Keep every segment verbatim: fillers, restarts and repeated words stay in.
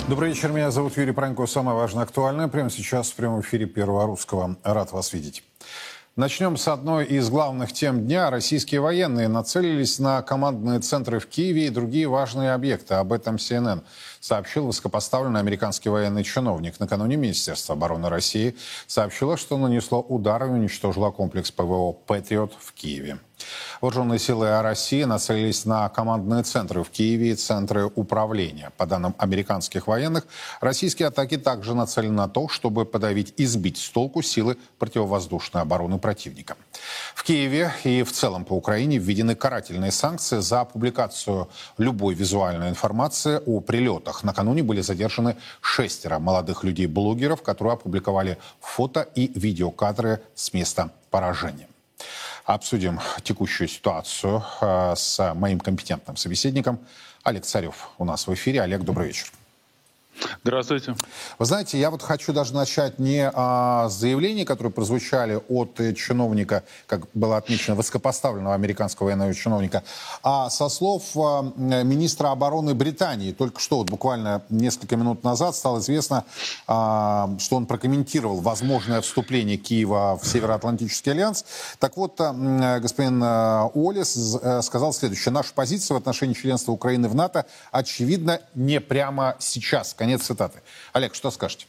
Добрый вечер, меня зовут Юрий Пронько. Самое важное, актуальное прямо сейчас в прямом эфире Первого Русского. Рад вас видеть. Начнем с одной из главных тем дня. Российские военные нацелились на командные центры в Киеве и другие важные объекты. Об этом Си Эн Эн сообщил высокопоставленный американский военный чиновник. Накануне Министерство обороны России сообщило, что нанесло удар и уничтожило комплекс ПВО «Патриот» в Киеве. Вооруженные силы России нацелились на командные центры в Киеве и центры управления. По данным американских военных, российские атаки также нацелены на то, чтобы подавить и сбить с толку силы противовоздушной обороны противника. В Киеве и в целом по Украине введены карательные санкции за публикацию любой визуальной информации о прилетах. Накануне были задержаны шестеро молодых людей-блогеров, которые опубликовали фото и видеокадры с места поражения. Обсудим текущую ситуацию э, с моим компетентным собеседником. Олег Царев у нас в эфире. Олег, добрый вечер. Здравствуйте. Вы знаете, я вот хочу даже начать не а, с заявлений, которые прозвучали от э, чиновника, как было отмечено, высокопоставленного американского военного чиновника, а со слов э, министра обороны Британии. Только что, вот буквально несколько минут назад, стало известно, э, что он прокомментировал возможное вступление Киева в Североатлантический альянс. Так вот, э, господин э, Уоллес э, сказал следующее. Наша позиция в отношении членства Украины в НАТО очевидно не прямо сейчас. Конец цитаты. Олег, что скажете?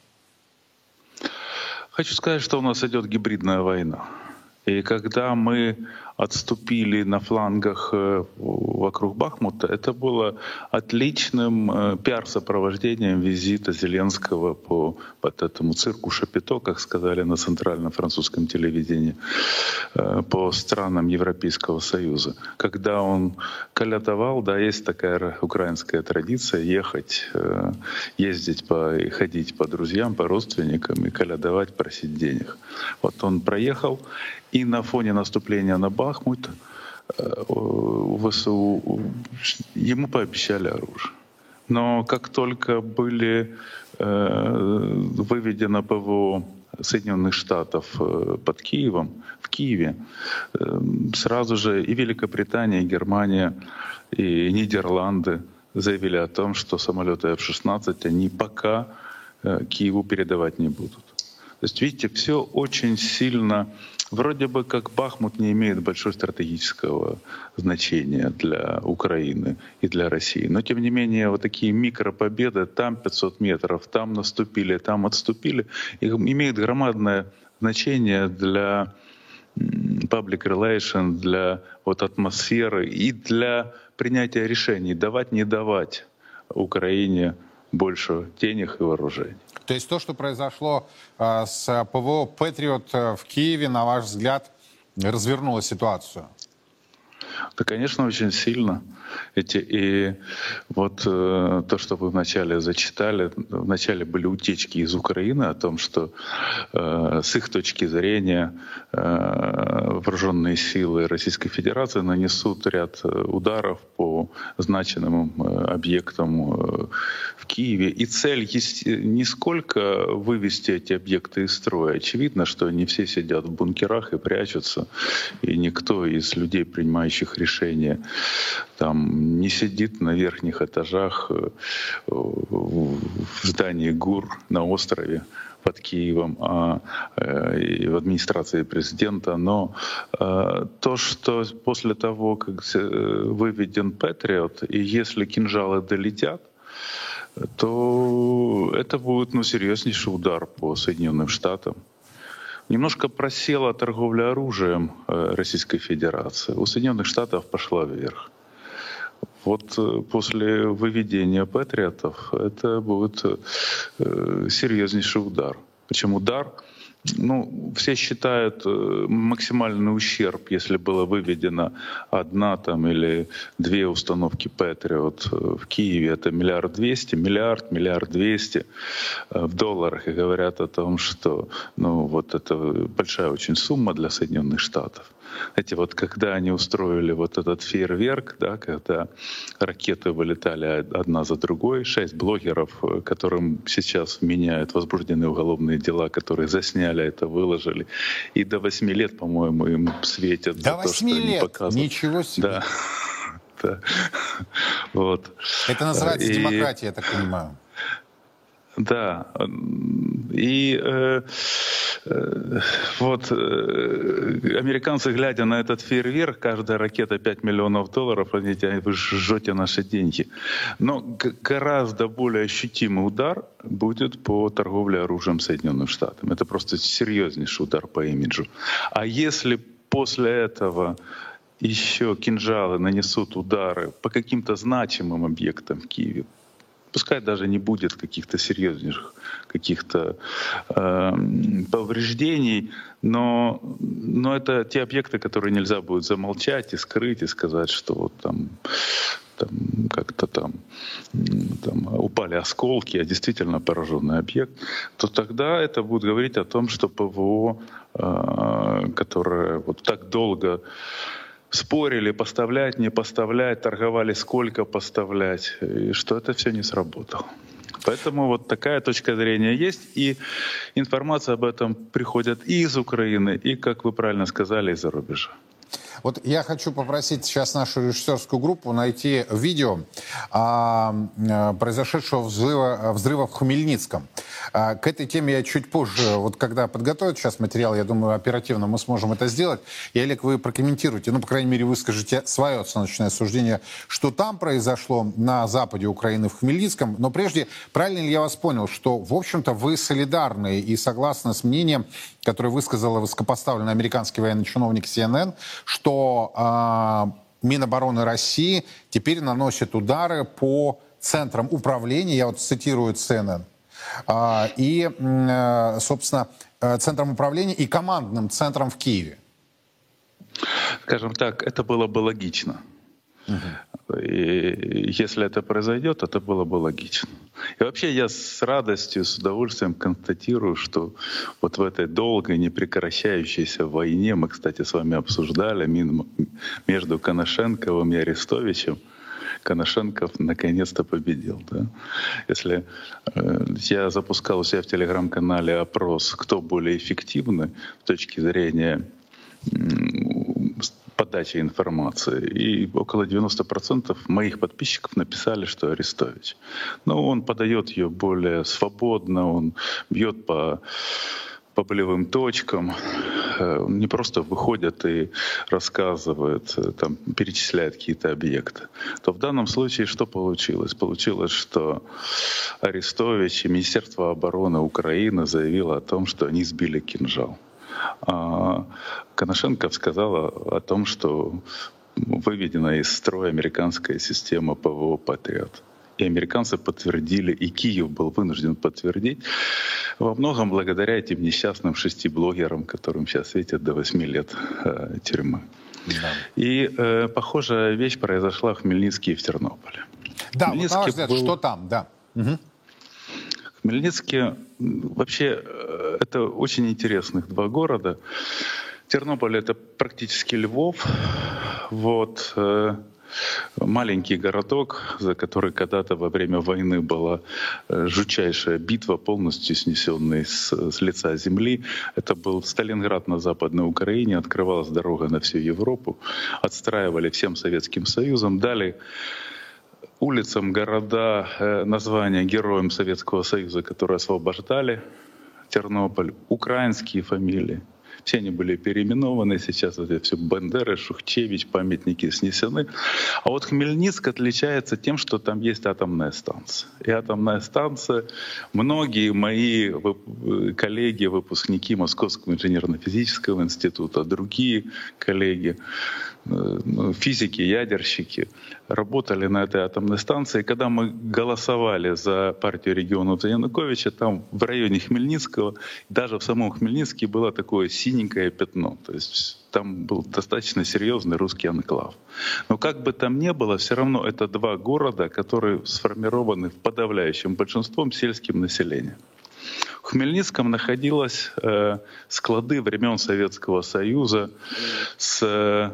Хочу сказать, что у нас идет гибридная война. И когда мы отступили на флангах вокруг Бахмута, это было отличным пиар-сопровождением визита Зеленского по вот этому цирку Шапито, как сказали на центральном французском телевидении, по странам Европейского Союза. Когда он колядовал, да, есть такая украинская традиция ехать, ездить, по, ходить по друзьям, по родственникам и колядовать, просить денег. Вот он проехал, и на фоне наступления на Бахмут в ВСУ ему пообещали оружие. Но как только были выведено ПВО Соединенных Штатов под Киевом, в Киеве, сразу же и Великобритания, и Германия, и Нидерланды заявили о том, что самолеты эф шестнадцать они пока Киеву передавать не будут. То есть, видите, все очень сильно. Вроде бы как Бахмут не имеет большого стратегического значения для Украины и для России. Но тем не менее, вот такие микропобеды, там пятьсот метров, там наступили, там отступили, имеют громадное значение для public relations, для вот атмосферы и для принятия решений, давать, не давать Украине больше денег и вооружений. То есть то, что произошло э, с ПВО «Патриот» в Киеве, на ваш взгляд, развернуло ситуацию? Да, конечно, очень сильно. Эти, и вот э, то, что вы вначале зачитали, вначале были утечки из Украины о том, что э, с их точки зрения э, вооруженные силы Российской Федерации нанесут ряд ударов по значимым э, объектам э, в Киеве. И цель есть не сколько вывести эти объекты из строя. Очевидно, что они все сидят в бункерах и прячутся, и никто из людей, принимающих решения, там не сидит на верхних этажах в здании ГУР на острове под Киевом, а и в администрации президента. Но то, что после того, как выведен Патриот, и если кинжалы долетят, то это будет, ну, серьезнейший удар по Соединенным Штатам. Немножко просела торговля оружием Российской Федерации. У Соединенных Штатов пошла вверх. Вот после выведения патриотов это будет серьезнейший удар. Причем удар, ну, все считают максимальный ущерб, если было выведено одна там или две установки Патриот в Киеве, это миллиард двести, миллиард, миллиард двести в долларах, и говорят о том, что, ну, вот это большая очень сумма для Соединенных Штатов. Знаете, вот когда они устроили вот этот фейерверк, да, когда ракеты вылетали одна за другой, шесть блогеров, которым сейчас вменяют возбужденные уголовные дела, которые засняли это, выложили, и до восьми лет, по-моему, им светят до за то, что лет. они показывают. Ничего себе. Да. Да. Вот. Это называется и... демократия, я так понимаю. Да. И э, э, вот э, американцы, глядя на этот фейерверк, каждая ракета пять миллионов долларов, они говорят, вы жжете наши деньги. Но гораздо более ощутимый удар будет по торговле оружием Соединенным Штатам. Это просто серьезнейший удар по имиджу. А если после этого еще кинжалы нанесут удары по каким-то значимым объектам в Киеве, пускай даже не будет каких-то серьезнейших каких-то э, повреждений, но, но это те объекты, которые нельзя будет замолчать и скрыть, и сказать, что вот там, там как-то там, там упали осколки, а действительно пораженный объект, то тогда это будет говорить о том, что ПВО, э, которое вот так долго спорили, поставлять, не поставлять, торговали, сколько поставлять, и что это все не сработало. Поэтому вот такая точка зрения есть, и информация об этом приходит и из Украины, и, как вы правильно сказали, из-за рубежа. Вот я хочу попросить сейчас нашу режиссерскую группу найти видео а, произошедшего взрыва, взрыва в Хмельницком. А, к этой теме я чуть позже, вот когда подготовят сейчас материал, я думаю, оперативно мы сможем это сделать. И, Олег, вы прокомментируете, ну, по крайней мере, выскажите свое оценочное суждение, что там произошло на западе Украины, в Хмельницком. Но прежде, правильно ли я вас понял, что, в общем-то, вы солидарны и согласны с мнением, которое высказала высокопоставленный американский военный чиновник Си Эн Эн, что э, Минобороны России теперь наносит удары по центрам управления, я вот цитирую Си Эн Эн, э, и, э, собственно, э, центрам управления и командным центрам в Киеве? Скажем так, это было бы логично. И если это произойдет, это было бы логично. И вообще я с радостью, с удовольствием констатирую, что вот в этой долгой, непрекращающейся войне, мы, кстати, с вами обсуждали между Коношенковым и Арестовичем, Коношенков наконец-то победил. Да? Если э, я запускал у себя в телеграм-канале опрос, кто более эффективный с точки зрения подачи информации. И около девяноста процентов моих подписчиков написали, что Арестович. Но он подает ее более свободно, он бьет по, по болевым точкам. Он не просто выходит и рассказывает, там, перечисляет какие-то объекты. То в данном случае что получилось? Получилось, что Арестович и Министерство обороны Украины заявило о том, что они сбили кинжал. А Коношенков сказала о том, что выведена из строя американская система ПВО «Патриот». И американцы подтвердили, и Киев был вынужден подтвердить, во многом благодаря этим несчастным шести блогерам, которым сейчас светит до восьми лет э, тюрьмы. Да. И э, похожая вещь произошла в Хмельницке и в Тернополе. Да, вот, на ваш взгляд, был... что там, да. Угу. В Хмельницке вообще это очень интересных два города. Тернополь — это практически Львов. Вот, э, маленький городок, за который когда-то во время войны была жутчайшая битва, полностью снесенная с, с лица земли. Это был Сталинград на Западной Украине, открывалась дорога на всю Европу, отстраивали всем Советским Союзом, дали улицам города э, названия героям Советского Союза, которые освобождали Тернополь, украинские фамилии. Все они были переименованы, сейчас это все Бандера, Шухчевич, памятники снесены. А вот Хмельницк отличается тем, что там есть атомная станция. И атомная станция, многие мои коллеги, выпускники Московского инженерно-физического института, другие коллеги, физики, ядерщики, работали на этой атомной станции. Когда мы голосовали за партию регионов за Януковича, там в районе Хмельницкого, даже в самом Хмельницке было такое синенькое пятно. То есть там был достаточно серьезный русский анклав. Но как бы там ни было, все равно это два города, которые сформированы подавляющим большинством сельским населением. В Хмельницком находились э, склады времен Советского Союза с э,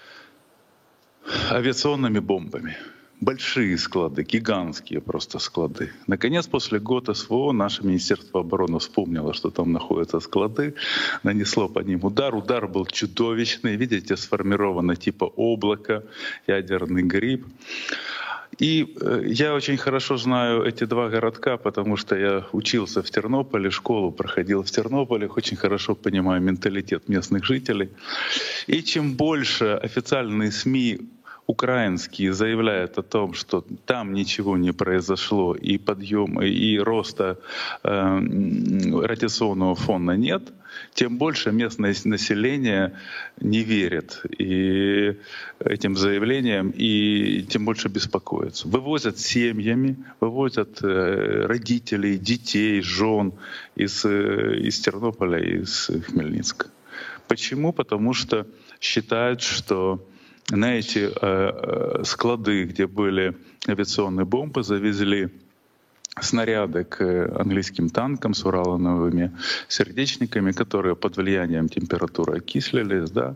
авиационными бомбами. Большие склады, гигантские просто склады. Наконец, после года СВО наше Министерство обороны вспомнило, что там находятся склады, нанесло по ним удар. Удар был чудовищный. Видите, сформировано типа облако, ядерный гриб. И я очень хорошо знаю эти два городка, потому что я учился в Тернополе, школу проходил в Тернополе, очень хорошо понимаю менталитет местных жителей. И чем больше официальные СМИ украинские заявляют о том, что там ничего не произошло, и подъема, и роста э, радиационного фона нет, тем больше местное население не верит и этим заявлениям, и тем больше беспокоится. Вывозят семьями, вывозят э, родителей, детей, жен из, э, из Тернополя, из Хмельницка. Почему? Потому что считают, что на эти э, склады, где были авиационные бомбы, завезли снаряды к английским танкам с урановыми сердечниками, которые под влиянием температуры окислились, да.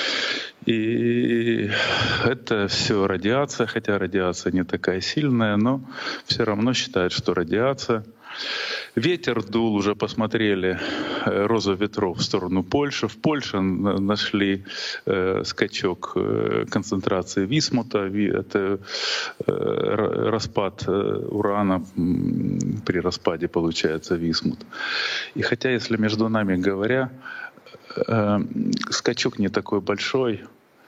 И это все радиация, хотя радиация не такая сильная, но все равно считают, что радиация. Ветер дул, уже посмотрели розу ветров в сторону Польши. В Польше нашли э, скачок э, концентрации висмута. Это э, распад э, урана, при распаде получается висмут. И хотя, если между нами говоря, э, скачок не такой большой,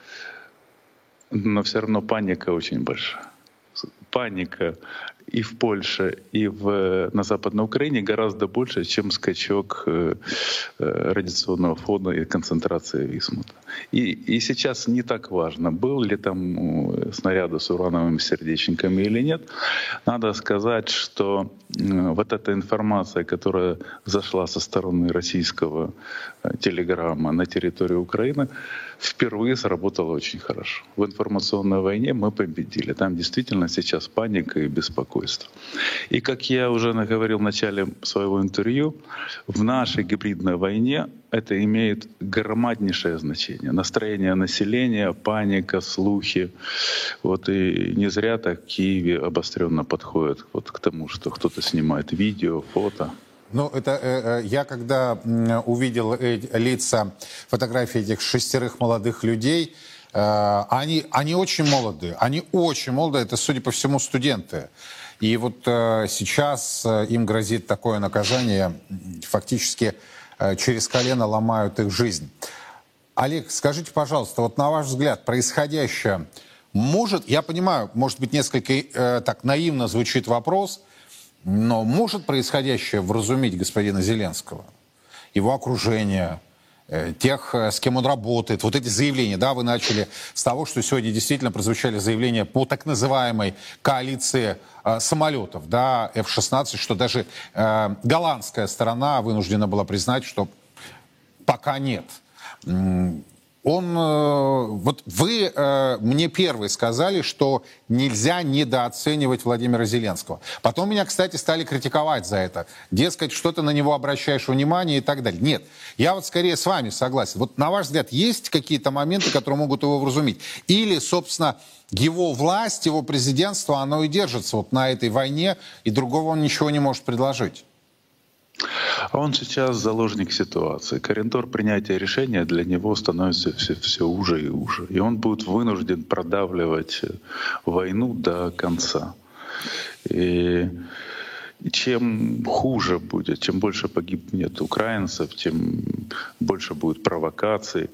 но все равно паника очень большая. Паника и в Польше, и в, на Западной Украине гораздо больше, чем скачок э, радиационного фона и концентрации висмута. И, и сейчас не так важно, был ли там снаряды с урановыми сердечниками или нет. Надо сказать, что э, вот эта информация, которая зашла со стороны российского э, телеграмма на территорию Украины, впервые сработала очень хорошо. В информационной войне мы победили. Там действительно сейчас паника и беспокойство. И как я уже наговорил в начале своего интервью, в нашей гибридной войне это имеет громаднейшее значение. Настроение населения, паника, слухи. Вот и не зря так в Киеве обостренно подходят вот к тому, что кто-то снимает видео, фото. Ну, это э, я когда увидел э, лица, фотографии этих шестерых молодых людей, э, они, они очень молодые, они очень молодые, это, судя по всему, студенты. И вот э, сейчас э, им грозит такое наказание, фактически э, через колено ломают их жизнь. Олег, скажите, пожалуйста, вот на ваш взгляд, происходящее может, я понимаю, может быть, несколько э, так наивно звучит вопрос, но может происходящее вразумить господина Зеленского, его окружение, тех, с кем он работает, вот эти заявления, да, вы начали с того, что сегодня действительно прозвучали заявления по так называемой коалиции э, самолетов, да, эф шестнадцать, что даже э, голландская сторона вынуждена была признать, что пока нет. Он, вот вы э, мне первые сказали, что нельзя недооценивать Владимира Зеленского. Потом меня, кстати, стали критиковать за это. Дескать, что ты на него обращаешь внимание и так далее. Нет, я вот скорее с вами согласен. Вот на ваш взгляд, есть какие-то моменты, которые могут его вразумить? Или, собственно, его власть, его президентство, оно и держится вот на этой войне, и другого он ничего не может предложить? А он сейчас заложник ситуации. Коридор принятия решения для него становится все, все уже и уже. И он будет вынужден продавливать войну до конца. И, и чем хуже будет, чем больше погибнет украинцев, тем больше будет провокаций,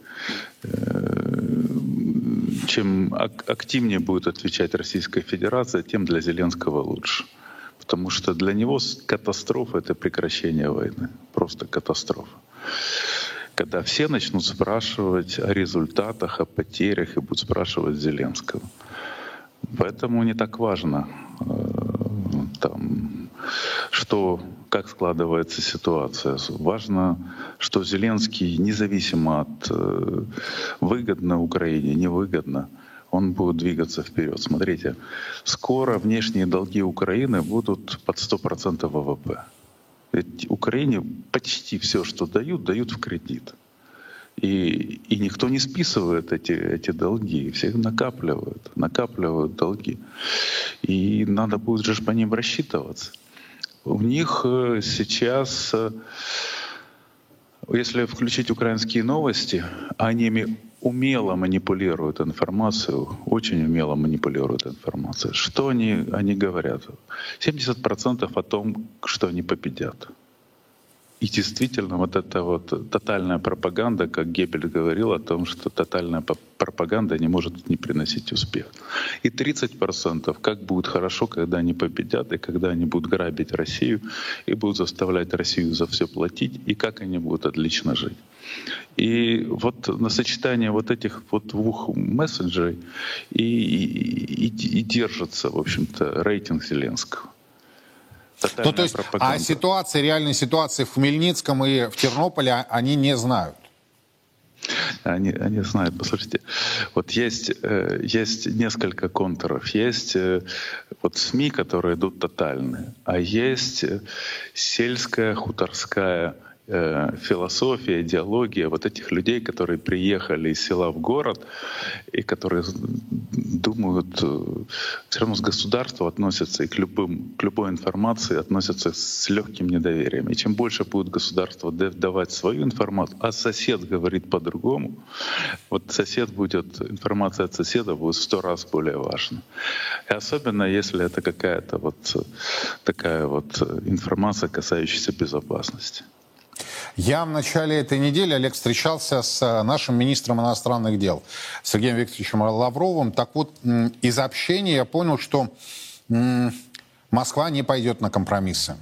чем активнее будет отвечать Российская Федерация, тем для Зеленского лучше. Потому что для него катастрофа — это прекращение войны. Просто катастрофа. Когда все начнут спрашивать о результатах, о потерях и будут спрашивать Зеленского. Поэтому не так важно, там, что, как складывается ситуация. Важно, что Зеленский, независимо от выгодно Украине, невыгодно, он будет двигаться вперед. Смотрите, скоро внешние долги Украины будут под сто процентов вэ вэ пэ. Ведь Украине почти все, что дают, дают в кредит. И, и никто не списывает эти, эти долги. Все накапливают, накапливают долги. И надо будет же по ним рассчитываться. У них сейчас, если включить украинские новости, они умело манипулируют информацию, очень умело манипулируют информацией. Что они, они говорят? семьдесят процентов о том, что они победят. И действительно, вот эта вот тотальная пропаганда, как Геббельс говорил о том, что тотальная пропаганда не может не приносить успех. И тридцать процентов, как будет хорошо, когда они победят, и когда они будут грабить Россию, и будут заставлять Россию за все платить, и как они будут отлично жить. И вот на сочетание вот этих вот двух месседжей и, и, и, и держится, в общем-то, рейтинг Зеленского. Ну, то есть, а ситуации, реальной ситуации в Хмельницком и в Тернополе они не знают? Они, они знают. Послушайте, вот есть, есть несколько контуров. Есть вот СМИ, которые идут тотальные, а есть сельская, хуторская философия, идеология вот этих людей, которые приехали из села в город и которые думают, все равно с государства относятся и к, любым, к любой информации относятся с легким недоверием. И чем больше будет государство давать свою информацию, а сосед говорит по-другому, вот сосед будет, информация от соседа будет в сто раз более важна. И особенно если это какая-то вот такая вот информация, касающаяся безопасности. Я в начале этой недели, Олег, встречался с нашим министром иностранных дел Сергеем Викторовичем Лавровым. Так вот, из общения я понял, что Москва не пойдет на компромиссы.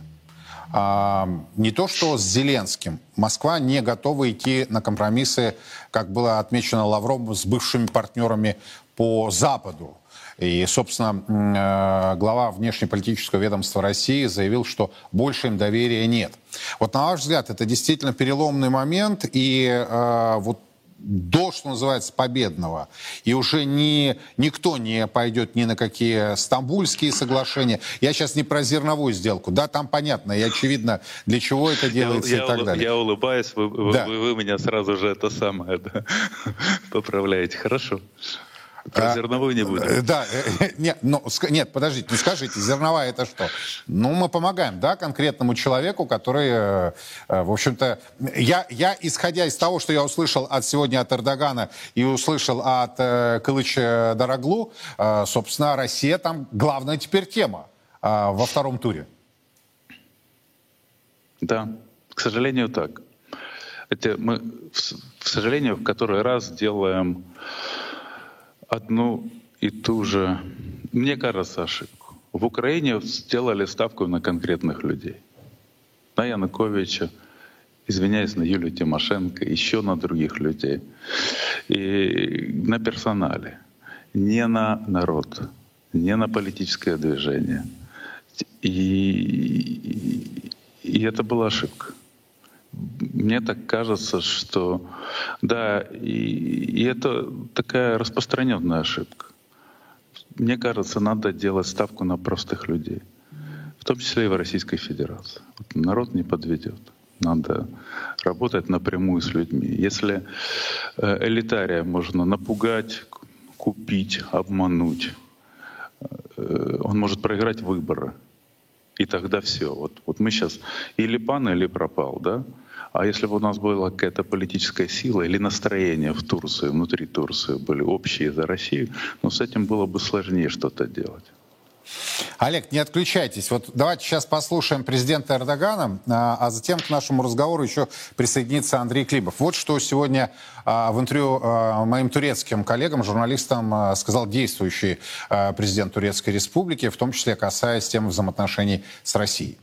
Не то что с Зеленским. Москва не готова идти на компромиссы, как было отмечено Лавровым, с бывшими партнерами по Западу. И, собственно, глава внешнеполитического ведомства России заявил, что больше им доверия нет. Вот на ваш взгляд, это действительно переломный момент, и э, вот до, что называется, победного, и уже ни, никто не пойдет ни на какие стамбульские соглашения. Я сейчас не про зерновую сделку, да, там понятно и очевидно, для чего это делается я, и так я, далее. Я улыбаюсь, вы, да. вы, вы меня сразу же это самое да, поправляете. Хорошо. Про а, зерновую не будем. Да, нет, но, нет, подождите, ну скажите, зерновая это что? Ну, мы помогаем, да, конкретному человеку, который, в общем-то, я, я, исходя из того, что я услышал от сегодня от Эрдогана и услышал от Кылыча Дароглу, собственно, Россия там главная теперь тема во втором туре. Да, к сожалению, так. Это мы, к сожалению, в который раз делаем одну и ту же, мне кажется, ошибку. В Украине сделали ставку на конкретных людей. На Януковича, извиняюсь, на Юлию Тимошенко, еще на других людей. И на персонале. Не на народ, не на политическое движение. И, и это была ошибка. Мне так кажется, что да, и, и это такая распространенная ошибка. Мне кажется, надо делать ставку на простых людей, в том числе и в Российской Федерации. Вот народ не подведет. Надо работать напрямую с людьми. Если элитария можно напугать, купить, обмануть, он может проиграть выборы. И тогда все. Вот, вот мы сейчас или пан, или пропал, да? А если бы у нас была какая-то политическая сила или настроение в Турции, внутри Турции были общие за Россию, ну, с этим было бы сложнее что-то делать. Олег, не отключайтесь. Вот давайте сейчас послушаем президента Эрдогана, а затем к нашему разговору еще присоединится Андрей Климов. Вот что сегодня в интервью моим турецким коллегам, журналистам, сказал действующий президент Турецкой Республики, в том числе касаясь темы взаимоотношений с Россией.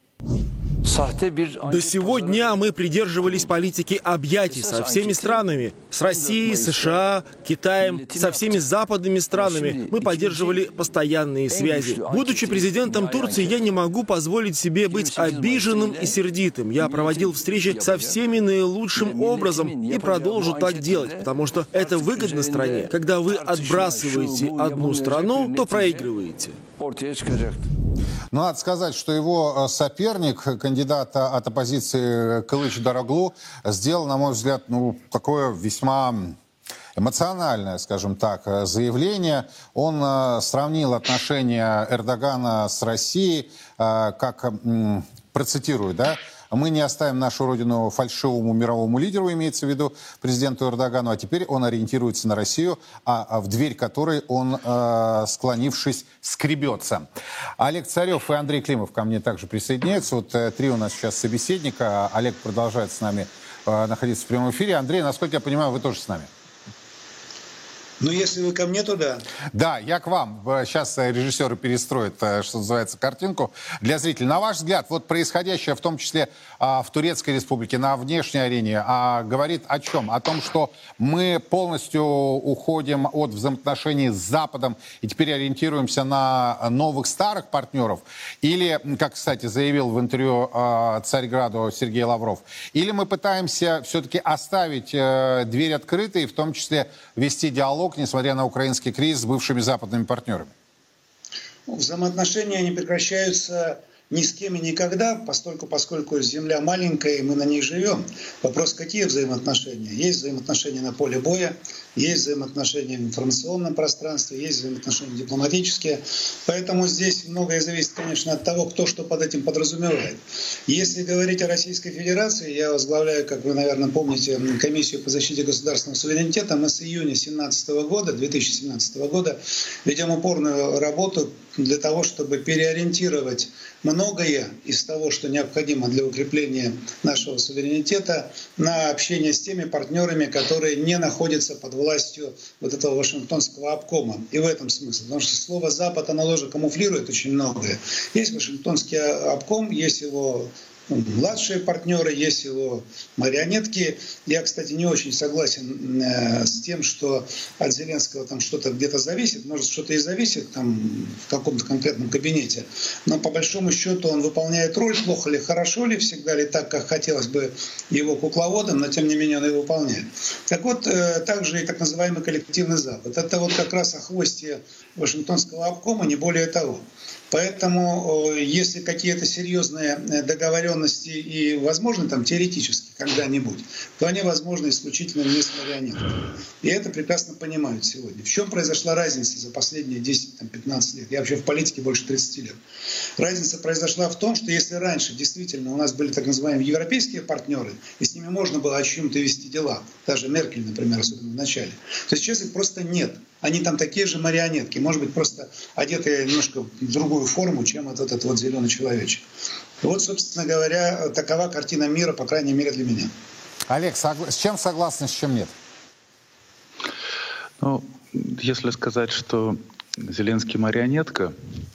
До сего дня мы придерживались политики объятий со всеми странами. С Россией, США, Китаем, со всеми западными странами. Мы поддерживали постоянные связи. Будучи президентом Турции, я не могу позволить себе быть обиженным и сердитым. Я проводил встречи со всеми наилучшим образом и продолжу так делать, потому что это выгодно стране. Когда вы отбрасываете одну страну, то проигрываете. Ну, надо сказать, что его соперник, кандидат от оппозиции Кылыч Дароглу, сделал, на мой взгляд, ну, такое весьма эмоциональное, скажем так, заявление. Он сравнил отношения Эрдогана с Россией, как, процитирую, да, Мы не оставим нашу родину фальшивому мировому лидеру, имеется в виду президенту Эрдогану, а теперь он ориентируется на Россию, а, а в дверь которой он, э, склонившись, скребется. Олег Царев и Андрей Климов ко мне также присоединяются. Вот э, три у нас сейчас собеседника. Олег продолжает с нами э, находиться в прямом эфире. Андрей, насколько я понимаю, вы тоже с нами. Ну, если вы ко мне, то да. Да, я к вам. Сейчас режиссеры перестроят, что называется, картинку для зрителей. На ваш взгляд, вот происходящее, в том числе а, в Турецкой Республике, на внешней арене, а, говорит о чем? О том, что мы полностью уходим от взаимоотношений с Западом и теперь ориентируемся на новых старых партнеров? Или, как, кстати, заявил в интервью а, Царьграду Сергей Лавров, или мы пытаемся все-таки оставить а, дверь открытой и в том числе вести диалог, несмотря на украинский кризис, с бывшими западными партнерами? Взаимоотношения не прекращаются ни с кем и никогда, поскольку, поскольку земля маленькая, и мы на ней живем. Вопрос, какие взаимоотношения? Есть взаимоотношения на поле боя, есть взаимоотношения в информационном пространстве, есть взаимоотношения дипломатические. Поэтому здесь многое зависит, конечно, от того, кто что под этим подразумевает. Если говорить о Российской Федерации, я возглавляю, как вы, наверное, помните, комиссию по защите государственного суверенитета. Мы с июня семнадцатого года, две тысячи семнадцатого года ведем упорную работу для того, чтобы переориентировать многое из того, что необходимо для укрепления нашего суверенитета, на общение с теми партнерами, которые не находятся под властью вот этого Вашингтонского обкома. И в этом смысл. Потому что слово «Запад», оно тоже камуфлирует очень многое. Есть Вашингтонский обком, есть его младшие партнеры, есть его марионетки. Я, кстати, не очень согласен э, с тем, что от Зеленского там что-то где-то зависит. Может, что-то и зависит там в каком-то конкретном кабинете. Но по большому счету он выполняет роль, плохо ли, хорошо ли, всегда ли так, как хотелось бы его кукловодам, но тем не менее он ее выполняет. Так вот, э, также и так называемый коллективный Запад. Это вот как раз охвостье Вашингтонского обкома, не более того. Поэтому, если какие-то серьезные договоренности и возможны там теоретически когда-нибудь, то они возможны исключительно не с марионетками. И это прекрасно понимают сегодня. В чем произошла разница за последние десять-пятнадцать лет? Я вообще в политике больше тридцати лет. Разница произошла в том, что если раньше действительно у нас были так называемые европейские партнеры, и с ними можно было о чем-то вести дела, даже Меркель, например, особенно в начале, то сейчас их просто нет. Они там такие же марионетки, может быть, просто одетые немножко в другую форму, чем этот, этот вот зеленый человечек. Вот, собственно говоря, такова картина мира, по крайней мере, для меня. Олег, с чем согласны, с чем нет? Ну, если сказать, что Зеленский марионетка,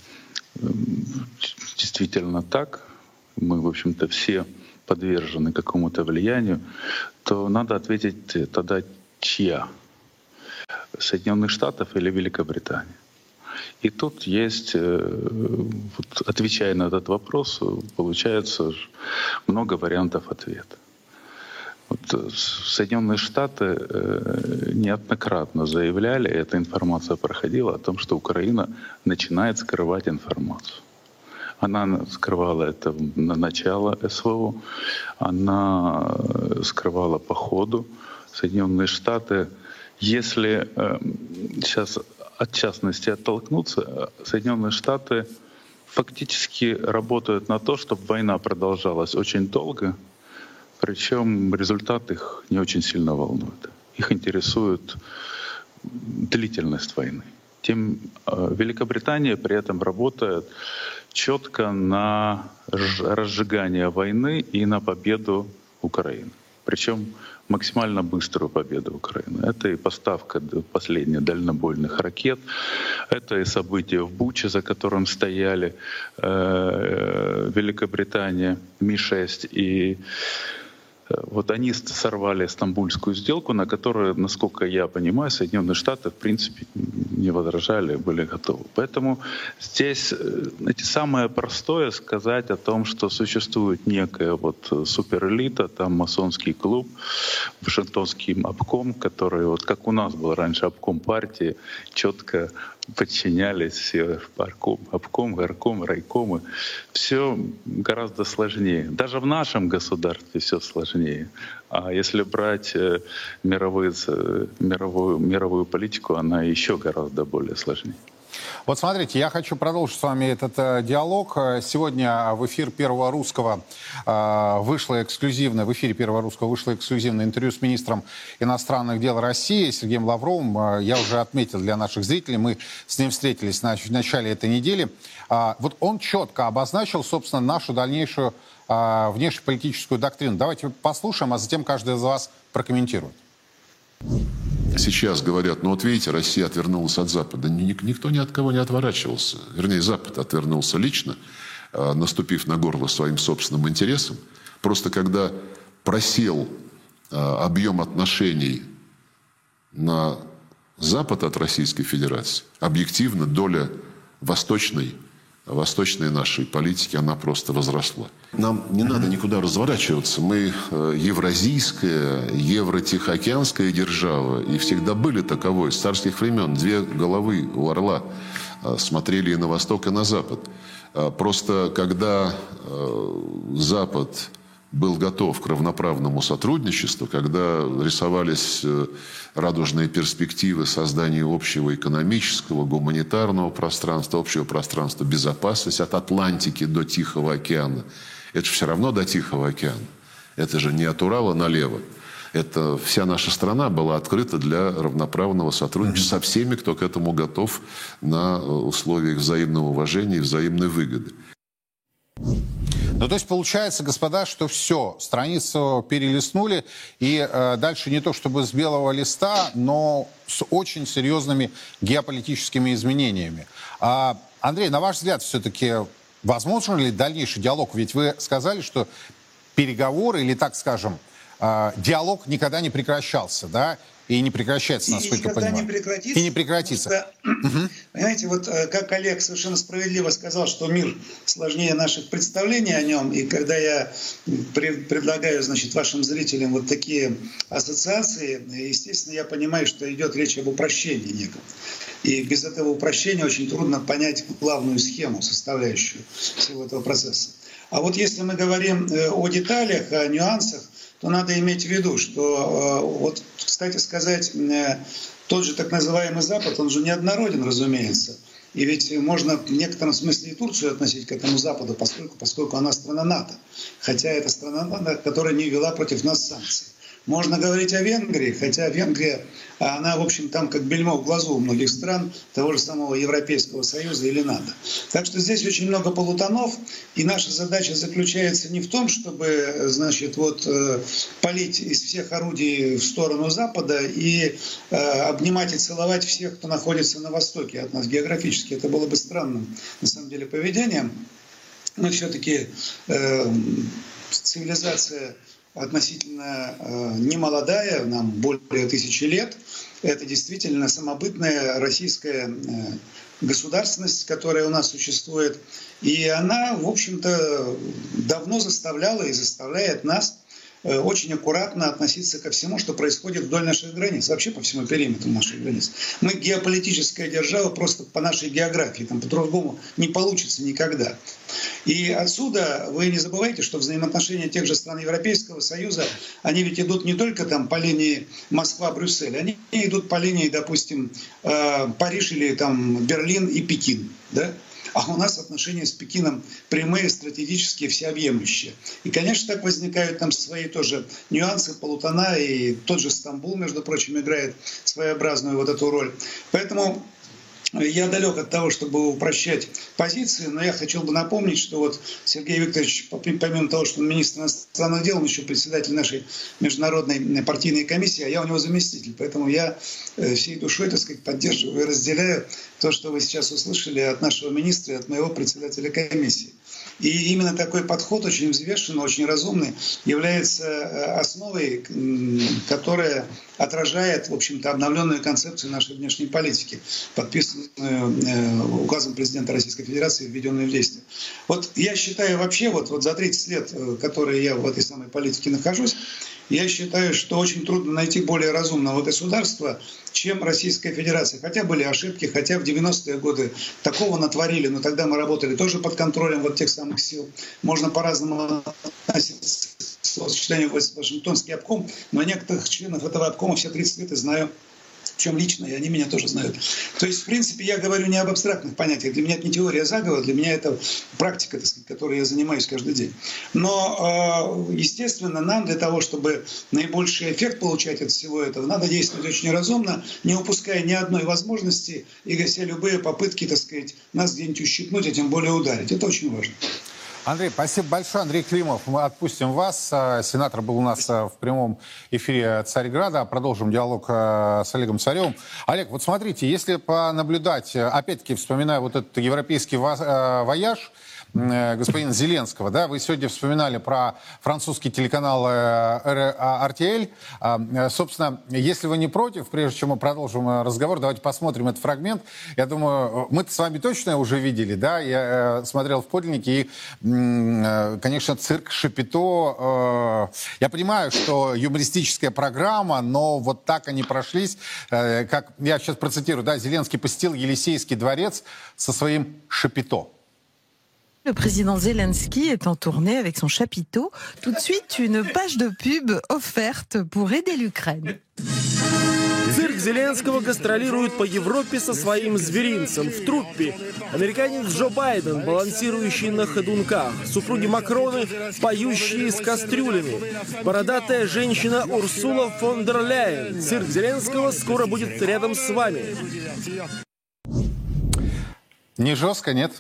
действительно так, мы, в общем-то, все подвержены какому-то влиянию, то надо ответить тогда, чья? Соединенных Штатов или Великобритания. И тут есть, вот, отвечая на этот вопрос, получается много вариантов ответа. Вот, Соединенные Штаты неоднократно заявляли, эта информация проходила, о том, что Украина начинает скрывать информацию. Она скрывала это на начало СВО, она скрывала по ходу. Соединенные Штаты, если э, сейчас от частности оттолкнуться, Соединенные Штаты фактически работают на то, чтобы война продолжалась очень долго, причем результат их не очень сильно волнует. Их интересует длительность войны. Тем э, Великобритания при этом работает четко на разжигание войны и на победу Украины. Причем максимально быструю победу Украины. Это и поставка последних дальнобойных ракет, это и события в Буче, за которым стояли э, Великобритания, Ми шесть, и вот они сорвали Стамбульскую сделку, на которую, насколько я понимаю, Соединенные Штаты в принципе не возражали, были готовы. Поэтому здесь, знаете, самое простое сказать о том, что существует некая вот суперэлита, там масонский клуб, Вашингтонский обком, который, вот как у нас был раньше обком партии, четко подчинялись все обком, обком, горком, райкомы. Все гораздо сложнее. Даже в нашем государстве все сложнее. А если брать мировые, мировую, мировую политику, она еще гораздо более сложнее. Вот смотрите, я хочу продолжить с вами этот э, диалог. Сегодня в эфир Первого Русского э, вышло эксклюзивное, в эфире Первого Русского вышло эксклюзивное интервью с министром иностранных дел России Сергеем Лавровым. Э, я уже отметил для наших зрителей, мы с ним встретились на, в начале этой недели. Э, вот он четко обозначил, собственно, нашу дальнейшую э, внешнеполитическую доктрину. Давайте послушаем, а затем каждый из вас прокомментирует. Сейчас говорят, ну вот видите, Россия отвернулась от Запада. Никто ни от кого не отворачивался. Вернее, Запад отвернулся лично, наступив на горло своим собственным интересам. Просто когда просел объем отношений на Запад от Российской Федерации, объективно доля восточной, восточной нашей политики, она просто возросла. Нам не надо никуда разворачиваться. Мы евразийская, евро-тихоокеанская держава. И всегда были таковой. С царских времен две головы у орла смотрели и на восток, и на запад. Просто когда Запад был готов к равноправному сотрудничеству, когда рисовались радужные перспективы создания общего экономического, гуманитарного пространства, общего пространства безопасности от Атлантики до Тихого океана. Это же все равно до Тихого океана. Это же не от Урала налево. Это вся наша страна была открыта для равноправного сотрудничества со всеми, кто к этому готов на условиях взаимного уважения и взаимной выгоды. Ну, то есть получается, господа, что все, страницу перелистнули, и э, дальше не то чтобы с белого листа, но с очень серьезными геополитическими изменениями. А, Андрей, на ваш взгляд, все-таки возможен ли дальнейший диалог? Ведь вы сказали, что переговоры, или, так скажем, э, диалог никогда не прекращался, да? И не прекращается, насколько я понимаю. Не прекратится, и не прекратится. Что, угу. Понимаете, вот как Олег совершенно справедливо сказал, что мир сложнее наших представлений о нем. И когда я пред, предлагаю, значит, вашим зрителям вот такие ассоциации, естественно, я понимаю, что идет речь об упрощении неком. И без этого упрощения очень трудно понять главную схему, составляющую всего этого процесса. А вот если мы говорим о деталях, о нюансах, то надо иметь в виду, что, вот, кстати сказать, тот же так называемый Запад, он же неоднороден, разумеется. И ведь можно в некотором смысле и Турцию относить к этому Западу, поскольку, поскольку она страна НАТО. Хотя это страна НАТО, которая не ввела против нас санкций. Можно говорить о Венгрии, хотя Венгрия, она, в общем, там как бельмо в глазу у многих стран того же самого Европейского Союза или НАТО. Так что здесь очень много полутонов, и наша задача заключается не в том, чтобы, значит, вот палить из всех орудий в сторону Запада и э, обнимать и целовать всех, кто находится на Востоке от нас географически. Это было бы странным, на самом деле, поведением. Мы все-таки э, цивилизация относительно э, немолодая, нам более тысячи лет. Это действительно самобытная российская э, государственность, которая у нас существует. И она, в общем-то, давно заставляла и заставляет нас э, очень аккуратно относиться ко всему, что происходит вдоль наших границ, вообще по всему периметру наших границ. Мы геополитическая держава просто по нашей географии, там по-другому не получится никогда. И отсюда вы не забывайте, что взаимоотношения тех же стран Европейского Союза, они ведь идут не только там по линии Москва-Брюссель, они идут по линии, допустим, Париж или там Берлин и Пекин, да? А у нас отношения с Пекином прямые, стратегические, всеобъемлющие. И, конечно, так возникают там свои тоже нюансы, полутона, и тот же Стамбул, между прочим, играет своеобразную вот эту роль. Поэтому я далек от того, чтобы упрощать позиции, но я хотел бы напомнить, что вот Сергей Викторович, помимо того, что он министр иностранных дел, он еще председатель нашей международной партийной комиссии, а я у него заместитель. Поэтому я всей душой, так сказать, поддерживаю и разделяю то, что вы сейчас услышали от нашего министра и от моего председателя комиссии. И именно такой подход, очень взвешенный, очень разумный, является основой, которая отражает, в общем-то, обновленную концепцию нашей внешней политики, подписанную указом президента Российской Федерации, введенную в действие. Вот я считаю вообще, вот, вот за тридцать лет, которые я в этой самой политике нахожусь, я считаю, что очень трудно найти более разумного государства, чем Российская Федерация. Хотя были ошибки, хотя в девяностые годы такого натворили, но тогда мы работали тоже под контролем вот тех самых сил. Можно по-разному относиться к сочетанию Вашингтонский обком, но некоторых членов этого обкома все тридцать лет я знаю причем лично, и они меня тоже знают. То есть, в принципе, я говорю не об абстрактных понятиях. Для меня это не теория заговора, для меня это практика, так сказать, которой я занимаюсь каждый день. Но, естественно, нам для того, чтобы наибольший эффект получать от всего этого, надо действовать очень разумно, не упуская ни одной возможности и гася любые попытки, так сказать, нас где-нибудь ущипнуть, а тем более ударить. Это очень важно. Андрей, спасибо большое. Андрей Климов, мы отпустим вас. Сенатор был у нас в прямом эфире Царьграда. Продолжим диалог с Олегом Царевым. Олег, вот смотрите, если понаблюдать, опять-таки вспоминая вот этот европейский вояж господина Зеленского, да, вы сегодня вспоминали про французский телеканал эр ти эл. Собственно, если вы не против, прежде чем мы продолжим разговор, давайте посмотрим этот фрагмент. Я думаю, мы-то с вами точно уже видели, да, я смотрел в подлиннике, и, конечно, цирк Шапито. Я понимаю, что юмористическая программа, но вот так они прошлись, как, я сейчас процитирую, да, Зеленский посетил Елисейский дворец со своим Шапито. Le président Zelensky est en tournée avec son chapiteau. Tout de suite, une page de pub offerte pour aider l'Ukraine. Цирк Зеленского гастролирует по Европе со своим зверинцем в труппе. Американец Джо Байден, балансирующий на ходунках. Супруги Макроны, поющие с кастрюлями. Бородатая женщина Урсула фон дер Ляйен. Цирк Зеленского скоро будет рядом с вами. Не жестко, нет?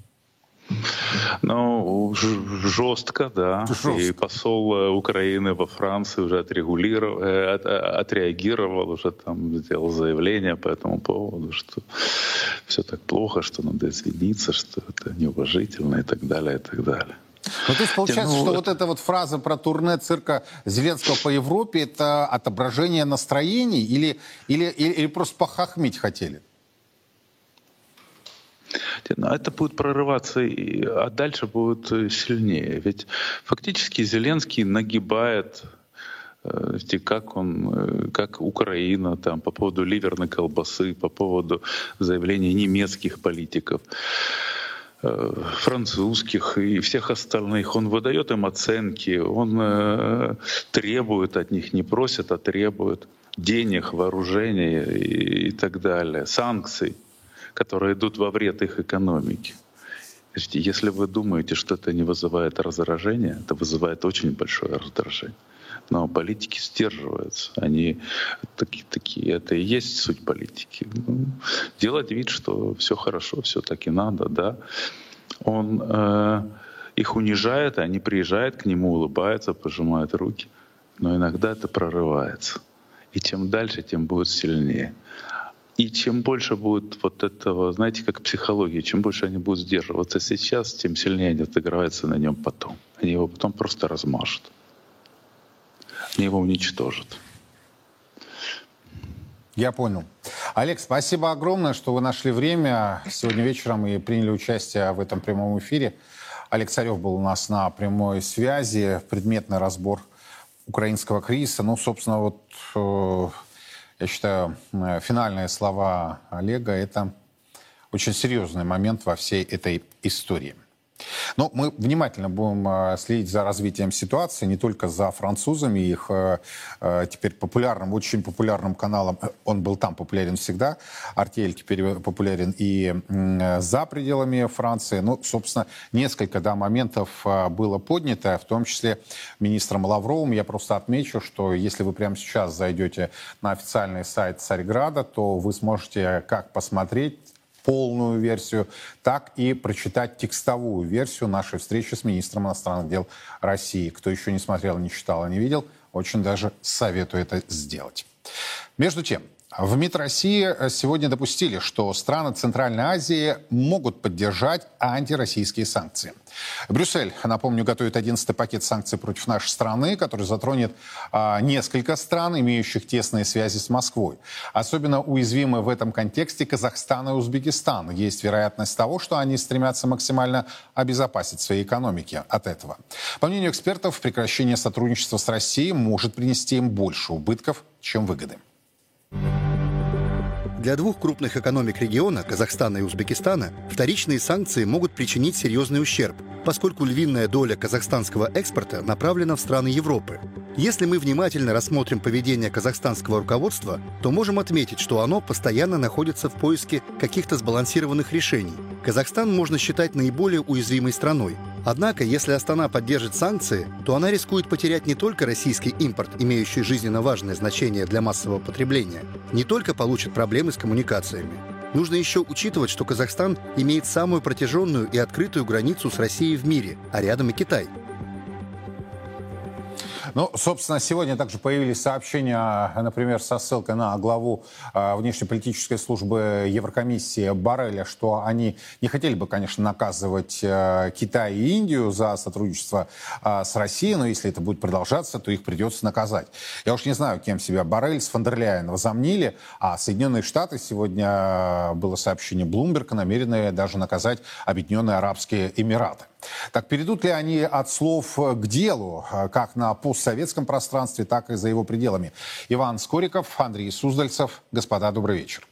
Ну, жестко, да. Жестко. И посол Украины во Франции уже отрегулировал, отреагировал, уже там сделал заявление по этому поводу, что все так плохо, что надо извиниться, что это неуважительно и так далее, и так далее. Ну, то есть получается, ну, что вот эта вот фраза про турне цирка Зеленского по Европе — это отображение настроений или, или, или, или просто похахмить хотели? Это будет прорываться, а дальше будет сильнее. Ведь фактически Зеленский нагибает, как он, как Украина, там, по поводу ливерной колбасы, по поводу заявлений немецких политиков, французских и всех остальных. Он выдает им оценки, он требует от них, не просит, а требует денег, вооружения и, и так далее, санкций, которые идут во вред их экономике. Если вы думаете, что это не вызывает раздражения, это вызывает очень большое раздражение. Но политики сдерживаются. Они такие, такие. Это и есть суть политики. Ну, делать вид, что все хорошо, все таки надо, да. Он э, их унижает, они приезжают к нему, улыбаются, пожимают руки. Но иногда это прорывается. И чем дальше, тем будет сильнее. И чем больше будет вот этого, знаете, как психология, чем больше они будут сдерживаться сейчас, тем сильнее они отыграются на нем потом. Они его потом просто размажут. Они его уничтожат. Я понял. Олег, спасибо огромное, что вы нашли время сегодня вечером и приняли участие в этом прямом эфире. Олег Царев был у нас на прямой связи. Предметный разбор украинского кризиса. Ну, собственно, вот... Э Я считаю, финальные слова Олега — это очень серьезный момент во всей этой истории. Но мы внимательно будем следить за развитием ситуации, не только за французами, их теперь популярным, очень популярным каналом, он был там популярен всегда, эр ти эл теперь популярен и за пределами Франции. Ну, собственно, несколько, да, моментов было поднято, в том числе министром Лавровым. Я просто отмечу, что если вы прямо сейчас зайдете на официальный сайт Царьграда, то вы сможете как посмотреть полную версию, так и прочитать текстовую версию нашей встречи с министром иностранных дел России. Кто еще не смотрел, не читал, не видел, очень даже советую это сделать. Между тем, в МИД России сегодня допустили, что страны Центральной Азии могут поддержать антироссийские санкции. Брюссель, напомню, готовит одиннадцатый пакет санкций против нашей страны, который затронет а, несколько стран, имеющих тесные связи с Москвой. Особенно уязвимы в этом контексте Казахстан и Узбекистан. Есть вероятность того, что они стремятся максимально обезопасить свои экономики от этого. По мнению экспертов, прекращение сотрудничества с Россией может принести им больше убытков, чем выгоды. Для двух крупных экономик региона, Казахстана и Узбекистана, вторичные санкции могут причинить серьезный ущерб, поскольку львиная доля казахстанского экспорта направлена в страны Европы. Если мы внимательно рассмотрим поведение казахстанского руководства, то можем отметить, что оно постоянно находится в поиске каких-то сбалансированных решений. Казахстан можно считать наиболее уязвимой страной. Однако, если Астана поддержит санкции, то она рискует потерять не только российский импорт, имеющий жизненно важное значение для массового потребления, не только получит проблемы с коммуникациями. Нужно еще учитывать, что Казахстан имеет самую протяженную и открытую границу с Россией в мире, а рядом и Китай. Ну, собственно, сегодня также появились сообщения, например, со ссылкой на главу э, внешнеполитической службы Еврокомиссии Борреля, что они не хотели бы, конечно, наказывать э, Китай и Индию за сотрудничество э, с Россией, но если это будет продолжаться, то их придется наказать. Я уж не знаю, кем себя Боррель с фон дер Ляйен возомнили, а Соединенные Штаты, сегодня было сообщение Блумберга, намерены даже наказать Объединенные Арабские Эмираты. Так перейдут ли они от слов к делу, как на постсоветском пространстве, так и за его пределами? Иван Скориков, Андрей Суздальцев. Господа, добрый вечер.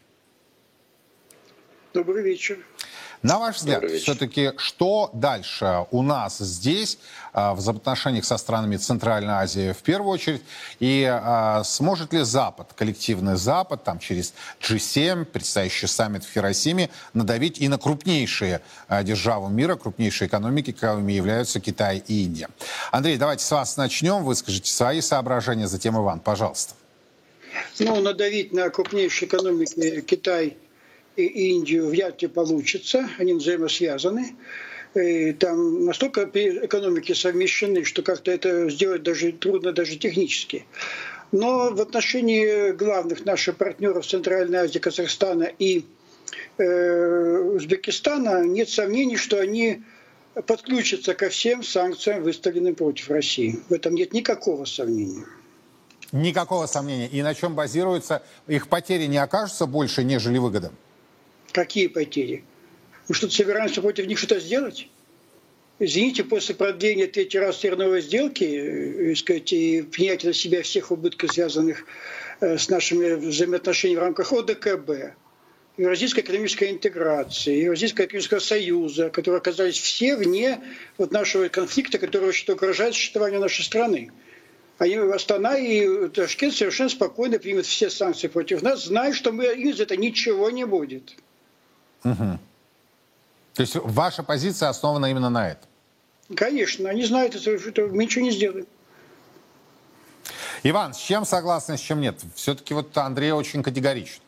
Добрый вечер. На ваш взгляд, все-таки что дальше у нас здесь в взаимоотношениях со странами Центральной Азии в первую очередь? И а, сможет ли Запад, коллективный Запад, там через джи семь, предстоящий саммит в Хиросиме, надавить и на крупнейшие а, державы мира, крупнейшие экономики, какими являются Китай и Индия? Андрей, давайте с вас начнем. Выскажите свои соображения, затем Иван, пожалуйста. Ну, надавить на крупнейшие экономики Китай и Индию вряд ли получится, они взаимосвязаны. И там настолько экономики совмещены, что как-то это сделать даже трудно даже технически. Но в отношении главных наших партнеров Центральной Азии, Казахстана и э, Узбекистана нет сомнений, что они подключатся ко всем санкциям, выставленным против России. В этом нет никакого сомнения. Никакого сомнения. И на чем базируются? Их потери не окажутся больше, нежели выгода? Какие потери? Мы что-то собираемся против них что-то сделать? Извините, после продления третий раз терновой сделки, и, сказать, и принятия на себя всех убытков, связанных с нашими взаимоотношениями в рамках о дэ ка бэ, Евразийской экономической интеграции, Евразийского экономического союза, которые оказались все вне вот нашего конфликта, который угрожает существованию нашей страны. Они, Астана и Ташкент совершенно спокойно примут все санкции против нас, зная, что мы, из этого ничего не будет. Угу. То есть ваша позиция основана именно на этом? Конечно, они знают, что мы ничего не сделаем. Иван, с чем согласны, с чем нет? Все-таки вот Андрей очень категоричен.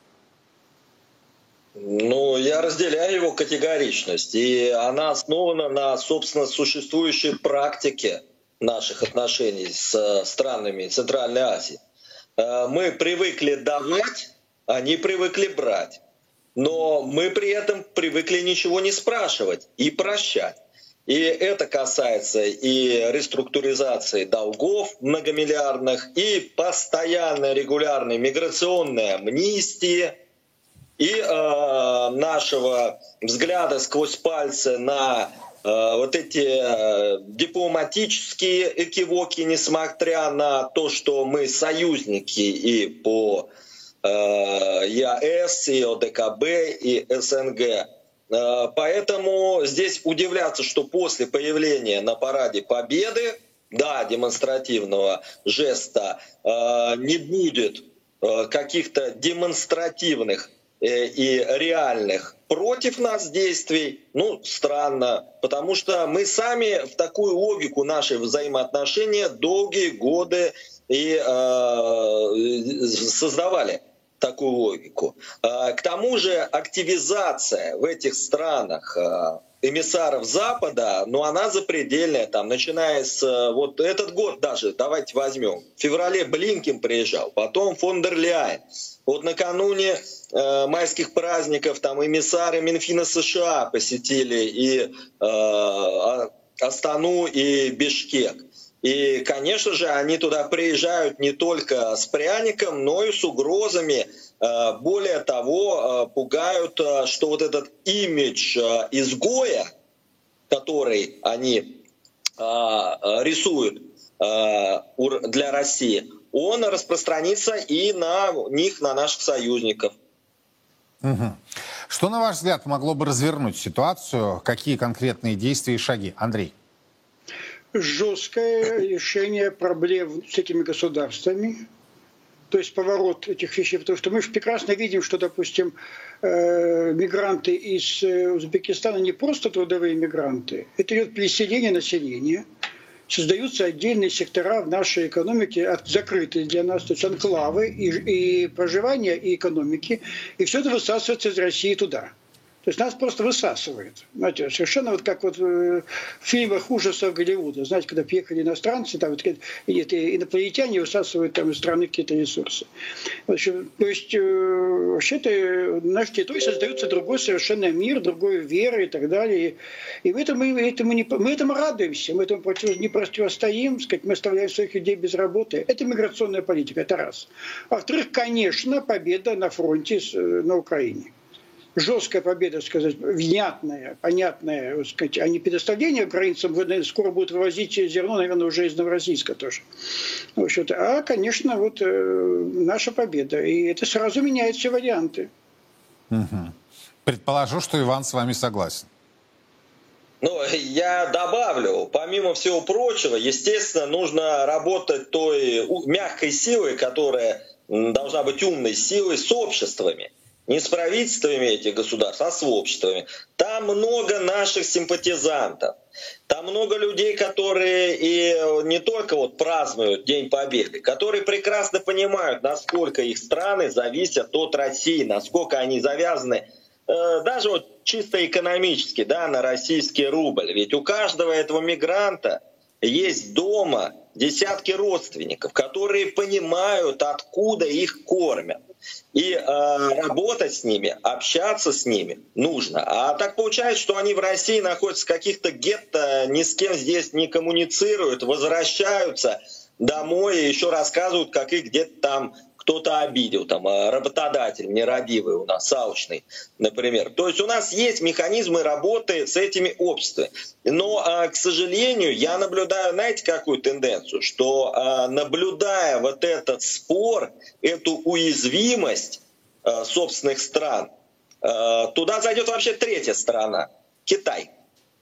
Ну, я разделяю его категоричность. И она основана на, собственно, существующей практике наших отношений с странами Центральной Азии. Мы привыкли давать, они привыкли брать. Но мы при этом привыкли ничего не спрашивать и прощать. И это касается и реструктуризации долгов многомиллиардных, и постоянной регулярной миграционной амнистии, и э, нашего взгляда сквозь пальцы на э, вот эти э, дипломатические экивоки, несмотря на то, что мы союзники и по и а эс, и о дэ ка бэ, и эс эн гэ. Поэтому здесь удивляться, что после появления на параде Победы, да, демонстративного жеста, не будет каких-то демонстративных и реальных против нас действий, ну, странно, потому что мы сами в такую логику наших взаимоотношений долгие годы и э, создавали такую логику. К тому же активизация в этих странах эмиссаров Запада, ну она запредельная, там, начиная с вот этот год даже, давайте возьмем, в феврале Блинкен приезжал, потом фон дер Ляйен. Вот накануне э, майских праздников там эмиссары Минфина США посетили и э, Астану, и Бишкек. И, конечно же, они туда приезжают не только с пряником, но и с угрозами. Более того, пугают, что вот этот имидж изгоя, который они рисуют для России, он распространится и на них, на наших союзников. Угу. Что, на ваш взгляд, могло бы развернуть ситуацию? Какие конкретные действия и шаги? Андрей. жесткое решение проблем с этими государствами, то есть поворот этих вещей, потому что мы же прекрасно видим, что, допустим, э, мигранты из Узбекистана не просто трудовые мигранты, это идет переселение населения, создаются отдельные сектора в нашей экономике, закрытые для нас, то есть анклавы и, и проживания, и экономики, и все это высасывается из России туда. То есть нас просто высасывает. Знаете, совершенно вот как вот в фильмах ужасов Голливуда. Знаете, когда приехали иностранцы, там вот, эти инопланетяне высасывают там из страны какие-то ресурсы. В общем, то есть вообще-то на нашей территории создается другой совершенно мир, другой вера и так далее. И мы этому, этому, не, мы этому радуемся, мы этому против, не противостоим, сказать, мы оставляем своих людей без работы. Это миграционная политика, это раз. А во-вторых, конечно, победа на фронте на Украине. Жесткая победа, сказать, внятная, понятная, сказать, а не предоставление украинцам, скоро будут вывозить зерно, наверное, уже из Новороссийска тоже. В общем-то, а, конечно, вот э, наша победа. И это сразу меняет все варианты. Угу. Предположу, что Иван с вами согласен. Ну, я добавлю, помимо всего прочего, естественно, нужно работать той мягкой силой, которая должна быть умной силой, с обществами. Не с правительствами этих государств, а с обществами. Там много наших симпатизантов. Там много людей, которые и не только вот празднуют День Победы, которые прекрасно понимают, насколько их страны зависят от России, насколько они завязаны э, даже вот чисто экономически, да, на российский рубль. Ведь у каждого этого мигранта есть дома десятки родственников, которые понимают, откуда их кормят. И э, работать с ними, общаться с ними нужно. А так получается, что они в России находятся в каких-то гетто, ни с кем здесь не коммуницируют, возвращаются домой и еще рассказывают, как их где-то там кто-то обидел, там работодатель нерадивый у нас, алчный, например. То есть у нас есть механизмы работы с этими обществами. Но, к сожалению, я наблюдаю, знаете, какую тенденцию? Что, наблюдая вот этот спор, эту уязвимость собственных стран, туда зайдет вообще третья сторона — Китай.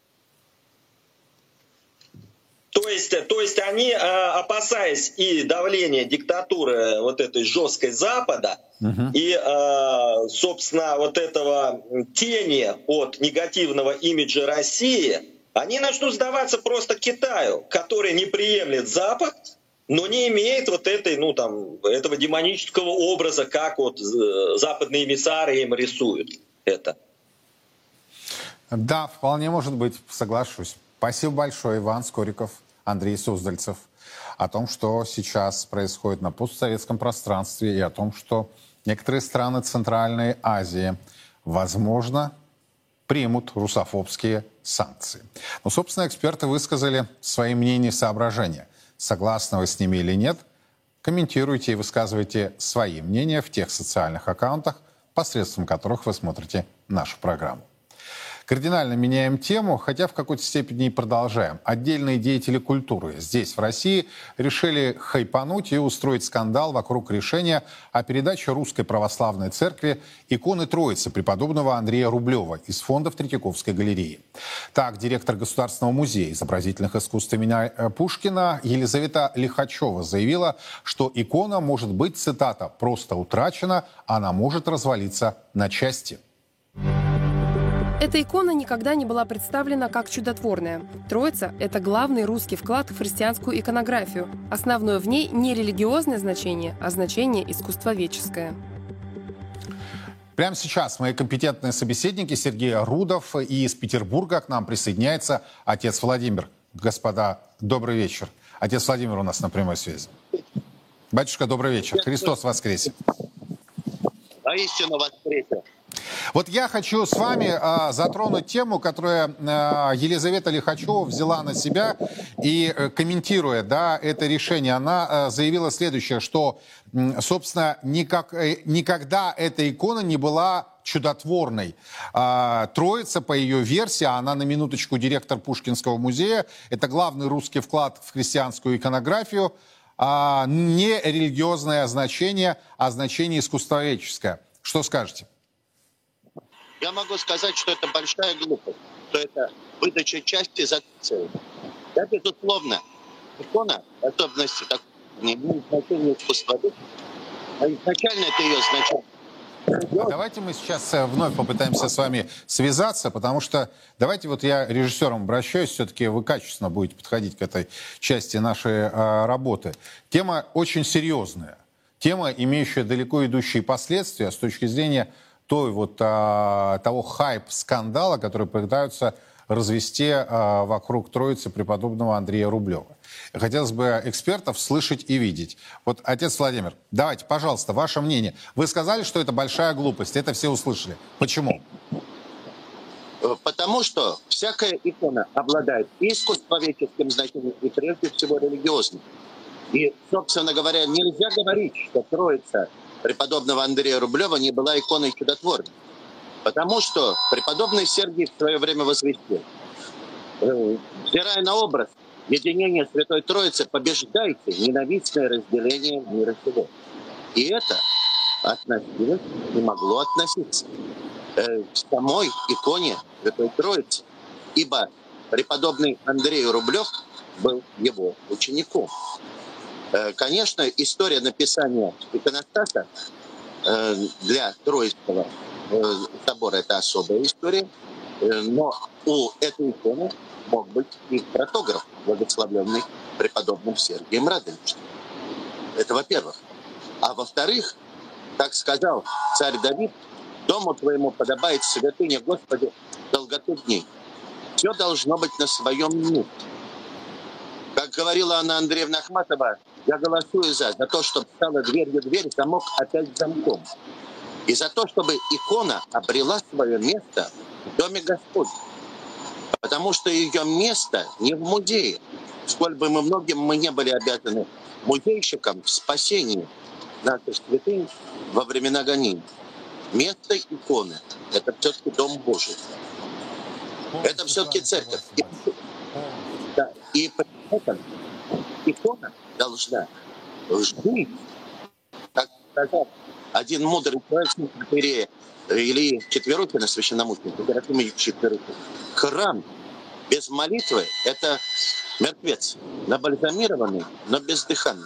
То есть, то есть они, опасаясь и давления диктатуры вот этой жесткой Запада, uh-huh. и, собственно, вот этого тени от негативного имиджа России, они начнут сдаваться просто Китаю, который не приемлет Запад, но не имеет вот этой, ну, там, этого демонического образа, как вот западные эмиссары им рисуют это. Да, вполне может быть, соглашусь. Спасибо большое, Иван Скориков, Андрей Суздальцев, о том, что сейчас происходит на постсоветском пространстве, и о том, что некоторые страны Центральной Азии, возможно, примут русофобские санкции. Но, собственно, эксперты высказали свои мнения и соображения. Согласны вы с ними или нет? Комментируйте и высказывайте свои мнения в тех социальных аккаунтах, посредством которых вы смотрите нашу программу. Кардинально меняем тему, хотя в какой-то степени и продолжаем. Отдельные деятели культуры здесь, в России, решили хайпануть и устроить скандал вокруг решения о передаче Русской Православной Церкви иконы Троицы преподобного Андрея Рублева из фондов Третьяковской галереи. Так, директор Государственного музея изобразительных искусств имени Пушкина Елизавета Лихачева заявила, что икона может быть, цитата, «просто утрачена, она может развалиться на части». Эта икона никогда не была представлена как чудотворная. Троица – это главный русский вклад в христианскую иконографию. Основное в ней не религиозное значение, а значение искусствоведческое. Прямо сейчас мои компетентные собеседники Сергей Рудов, и из Петербурга к нам присоединяется отец Владимир. Господа, добрый вечер. Отец Владимир у нас на прямой связи. Батюшка, добрый вечер. Христос воскресе. Воистину воскресе. Вот я хочу с вами э, затронуть тему, которую э, Елизавета Лихачева взяла на себя и, э, комментируя, да, это решение, она э, заявила следующее, что, э, собственно, никак, э, никогда эта икона не была чудотворной. Э, Троица, по ее версии, она на минуточку директор Пушкинского музея, это главный русский вклад в христианскую иконографию, э, не религиозное значение, а значение искусствоведческое. Что скажете? Я могу сказать, что это большая глупость, что это выдача части за цель. Да, безусловно. Икона, в особенности, так, не имеет значения искусства, а изначально это ее значение. Давайте мы сейчас вновь попытаемся с вами связаться, потому что давайте вот я режиссером обращаюсь, все-таки вы качественно будете подходить к этой части нашей а, работы. Тема очень серьезная, тема, имеющая далеко идущие последствия с точки зрения той вот, а, того хайп-скандала, который пытаются развести а, вокруг Троицы преподобного Андрея Рублева. Хотелось бы экспертов слышать и видеть. Вот, отец Владимир, давайте, пожалуйста, ваше мнение. Вы сказали, что это большая глупость, это все услышали. Почему? Потому что всякая икона обладает и искусствоведческим значением, и прежде всего религиозным. И, собственно говоря, нельзя говорить, что Троица преподобного Андрея Рублева не была иконой чудотворной. Потому что преподобный Сергий в свое время возвестил, э, взирая на образ единения Святой Троицы, побеждайте ненавистное разделение мира сего. И это относилось, не могло относиться э, к самой иконе Святой Троицы, ибо преподобный Андрей Рублев был его учеником. Э, конечно, история написания иконостаса э, для Троицкого собора — это особая история, но у этой иконы мог быть и протограф, благословленный преподобным Сергием Радонежским. Это во-первых. А во-вторых, как сказал царь Давид, дому твоему подобает святыня Господи долготу дней. Все должно быть на своем месте. Как говорила Анна Андреевна Ахматова, я голосую за, за то, чтобы стала дверью дверь, замок опять замком. И за то, чтобы икона обрела свое место в Доме Господнем. Потому что ее место не в музее. Сколь бы мы многим мы не были обязаны музейщикам в спасении наших святынь во времена гонений. Место иконы — это все-таки Дом Божий. Это все-таки церковь. И, да, и при этом икона должна жить, как сказать, один мудрый человек Ильи Ильи Четверухина, священномученика, Серафима Четверухина. Храм без молитвы — это мертвец, набальзамированный, но бездыханный.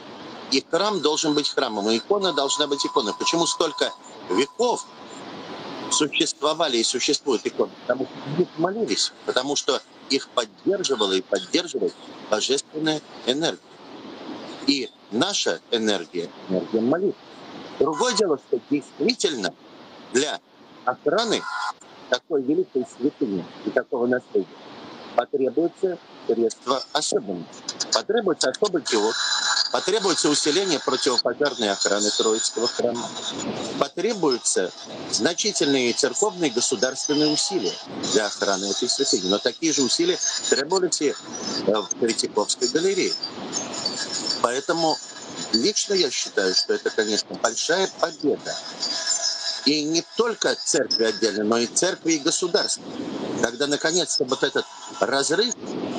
И храм должен быть храмом, и икона должна быть иконой. Почему столько веков существовали и существуют иконы? Потому что их молились, потому что их поддерживала и поддерживает божественная энергия. И наша энергия — энергия молитвы. Другое дело, что действительно для охраны такой великой святыни и такого наследия потребуется средства особенные. Потребуется особый пилот, потребуется усиление противопожарной охраны Троицкого храма, потребуются значительные церковные и государственные усилия для охраны этой святыни. Но такие же усилия требовались и в Третьяковской галерее. Поэтому лично я считаю, что это, конечно, большая победа. И не только церкви отдельно, но и церкви и государства. Когда, наконец-то, вот этот разрыв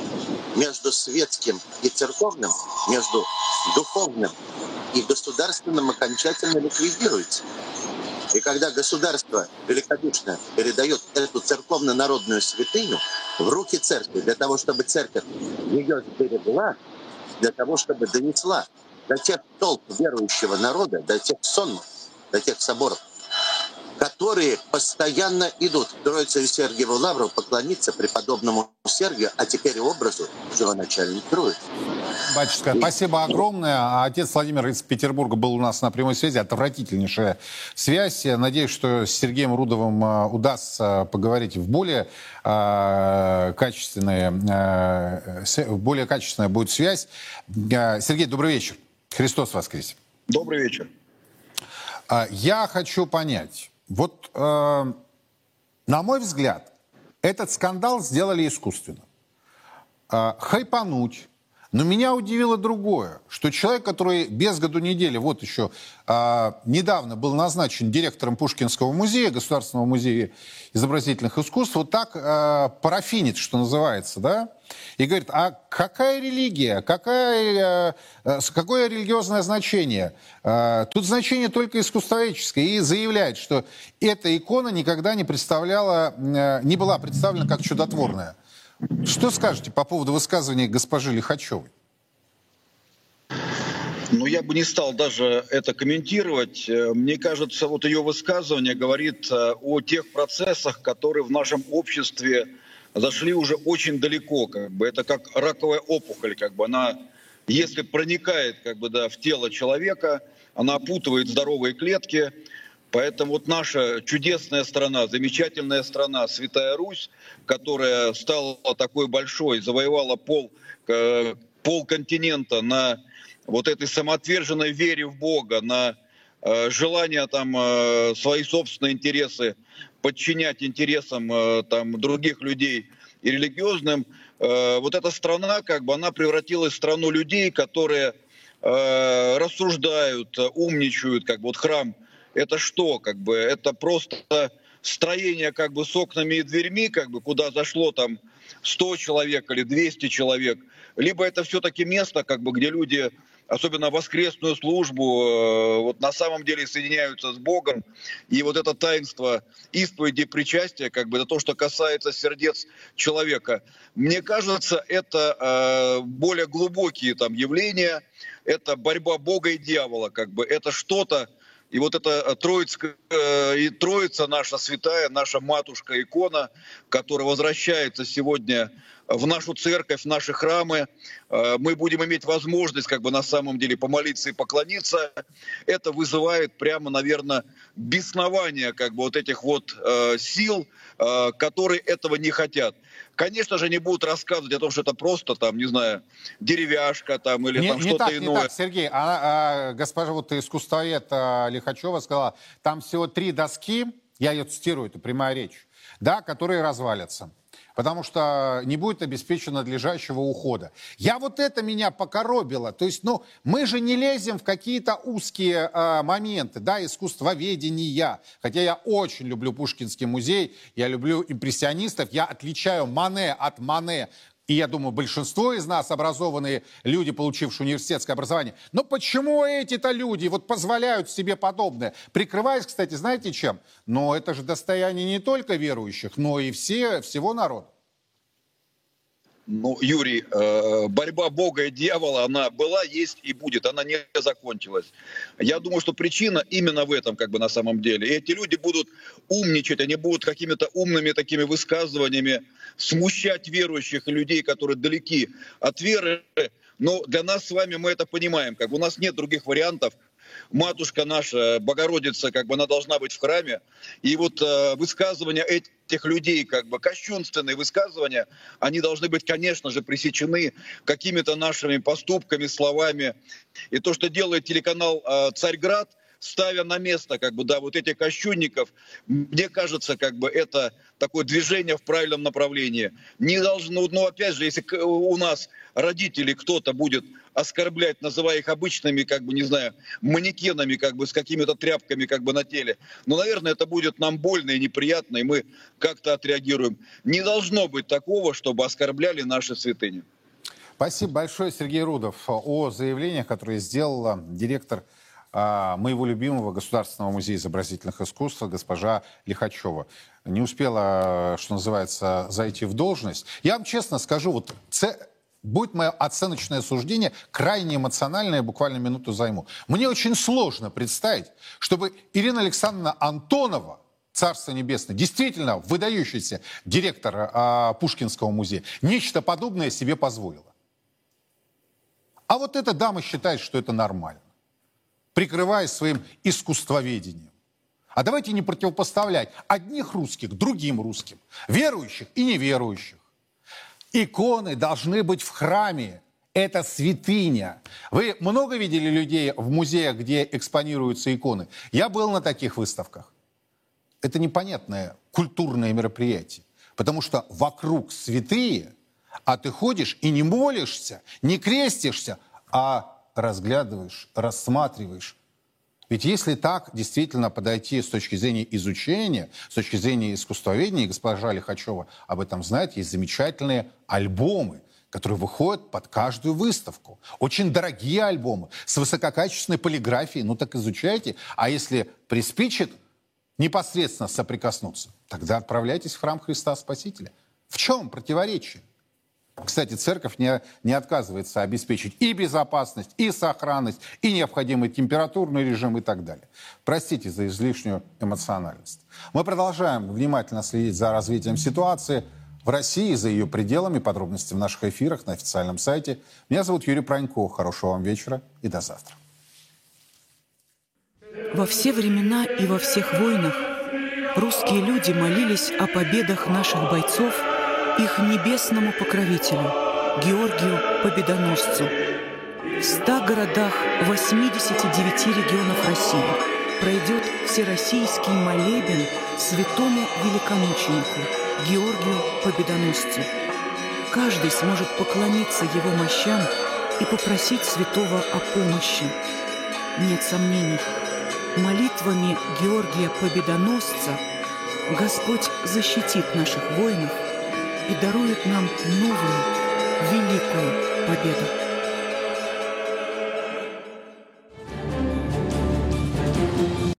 между светским и церковным, между духовным и государственным окончательно ликвидируется. И когда государство великодушно передает эту церковно-народную святыню в руки церкви, для того, чтобы церковь ее сберегла, для того, чтобы донесла до тех толп верующего народа, до тех сонмов, до тех соборов, которые постоянно идут к Троице Сергиеву Лавру поклониться преподобному Сергию, а теперь образу живоначальной Троицы. Батюшка, спасибо огромное. Отец Владимир из Петербурга был у нас на прямой связи. Отвратительнейшая связь. Надеюсь, что с Сергеем Рудовым удастся поговорить в более э, качественные, э, более качественная будет связь. Сергей, добрый вечер. Христос воскресе. Добрый вечер. Я хочу понять. Вот, э, на мой взгляд, этот скандал сделали искусственно. Э, хайпануть. Но меня удивило другое, что человек, который без году недели, вот еще э, недавно был назначен директором Пушкинского музея, Государственного музея изобразительных искусств, вот так э, парафинит, что называется, да, и говорит, а какая религия, какая, э, какое религиозное значение? Э, тут значение только искусствоведческое, и заявляет, что эта икона никогда не представляла, э, не была представлена как чудотворная. Что скажете по поводу высказывания госпожи Лихачевой? Ну, я бы не стал даже это комментировать. Мне кажется, вот ее высказывание говорит о тех процессах, которые в нашем обществе зашли уже очень далеко. Как бы. Это как раковая опухоль. Как бы. Она, если проникает как бы, да, в тело человека, она опутывает здоровые клетки. Поэтому вот наша чудесная страна, замечательная страна, Святая Русь, которая стала такой большой, завоевала пол, пол континента на вот этой самоотверженной вере в Бога, на э, желание там э, свои собственные интересы подчинять интересам э, там других людей и религиозным, э, вот эта страна, как бы, она превратилась в страну людей, которые э, рассуждают, умничают, как бы, вот храм, это что, как бы, это просто строение, как бы, с окнами и дверьми, как бы, куда зашло там сто человек или двести человек, либо это все-таки место, как бы, где люди, особенно воскресную службу, вот на самом деле соединяются с Богом. И вот это таинство исповеди и причастия, как бы, это то, что касается сердец человека. Мне кажется, это э, более глубокие там явления, это борьба Бога и дьявола, как бы, это что-то. И вот эта Троицкая, и Троица наша святая, наша матушка икона, которая возвращается сегодня в нашу церковь, в наши храмы, мы будем иметь возможность как бы на самом деле помолиться и поклониться. Это вызывает прямо, наверное, беснование как бы вот этих вот э, сил, э, которые этого не хотят. Конечно же, не будут рассказывать о том, что это просто там, не знаю, деревяшка там или не, там не что-то так, иное. Не так, Сергей. А, а, госпожа вот искусствовед а, Лихачева сказала, там всего три доски, я ее цитирую, это прямая речь, да, которые развалятся. Потому что не будет обеспечено надлежащего ухода. Я вот это меня покоробило. То есть, ну, мы же не лезем в какие-то узкие э, моменты, да, искусствоведения. Хотя я очень люблю Пушкинский музей, я люблю импрессионистов, я отличаю Мане от Мане. И я думаю, большинство из нас образованные люди, получившие университетское образование. Но почему эти-то люди вот позволяют себе подобное? Прикрываясь, кстати, знаете чем? Но это же достояние не только верующих, но и все, всего народа. Ну, Юрий, э, борьба Бога и дьявола, она была, есть и будет, она не закончилась. Я думаю, что причина именно в этом, как бы, на самом деле. И эти люди будут умничать, они будут какими-то умными такими высказываниями смущать верующих и людей, которые далеки от веры. Но для нас с вами мы это понимаем, как бы у нас нет других вариантов. Матушка наша, Богородица, как бы она должна быть в храме. И вот э, высказывания этих людей, как бы кощунственные высказывания, они должны быть, конечно же, пресечены какими-то нашими поступками, словами. И то, что делает телеканал э, «Царьград», ставя на место, как бы, да, вот этих кощунников, мне кажется, как бы это такое движение в правильном направлении. Не должно, ну, опять же, если у нас родители кто-то будет оскорблять, называя их обычными, как бы, не знаю, манекенами, как бы, с какими-то тряпками, как бы, на теле, ну, наверное, это будет нам больно и неприятно, и мы как-то отреагируем. Не должно быть такого, чтобы оскорбляли наши святыни. Спасибо большое, Сергей Рудов, о заявлениях, которые сделала директор моего любимого Государственного музея изобразительных искусств госпожа Лихачева. Не успела, что называется, зайти в должность. Я вам честно скажу, вот це... будет мое оценочное суждение, крайне эмоциональное, буквально минуту займу. Мне очень сложно представить, чтобы Ирина Александровна Антонова, Царство Небесное, действительно выдающийся директор а, Пушкинского музея, нечто подобное себе позволила. А вот эта дама считает, что это нормально, прикрываясь своим искусствоведением. А давайте не противопоставлять одних русских другим русским, верующих и неверующих. Иконы должны быть в храме. Это святыня. Вы много видели людей в музеях, где экспонируются иконы? Я был на таких выставках. Это непонятное культурное мероприятие. Потому что вокруг святые, а ты ходишь и не молишься, не крестишься, а разглядываешь, рассматриваешь. Ведь если так действительно подойти с точки зрения изучения, с точки зрения искусствоведения, и госпожа Лихачева об этом знает, есть замечательные альбомы, которые выходят под каждую выставку. Очень дорогие альбомы, с высококачественной полиграфией. Ну так изучайте. А если приспичит непосредственно соприкоснуться, тогда отправляйтесь в храм Христа Спасителя. В чем противоречие? Кстати, церковь не, не отказывается обеспечить и безопасность, и сохранность, и необходимый температурный режим и так далее. Простите за излишнюю эмоциональность. Мы продолжаем внимательно следить за развитием ситуации в России и за ее пределами. Подробности в наших эфирах на официальном сайте. Меня зовут Юрий Пронько. Хорошего вам вечера и до завтра. Во все времена и во всех войнах русские люди молились о победах наших бойцов их небесному покровителю, Георгию Победоносцу. В ста городах восьмидесяти девяти регионов России пройдет всероссийский молебен святому великомученику Георгию Победоносцу. Каждый сможет поклониться его мощам и попросить святого о помощи. Нет сомнений, молитвами Георгия Победоносца Господь защитит наших воинов и дарует нам новую, великую победу.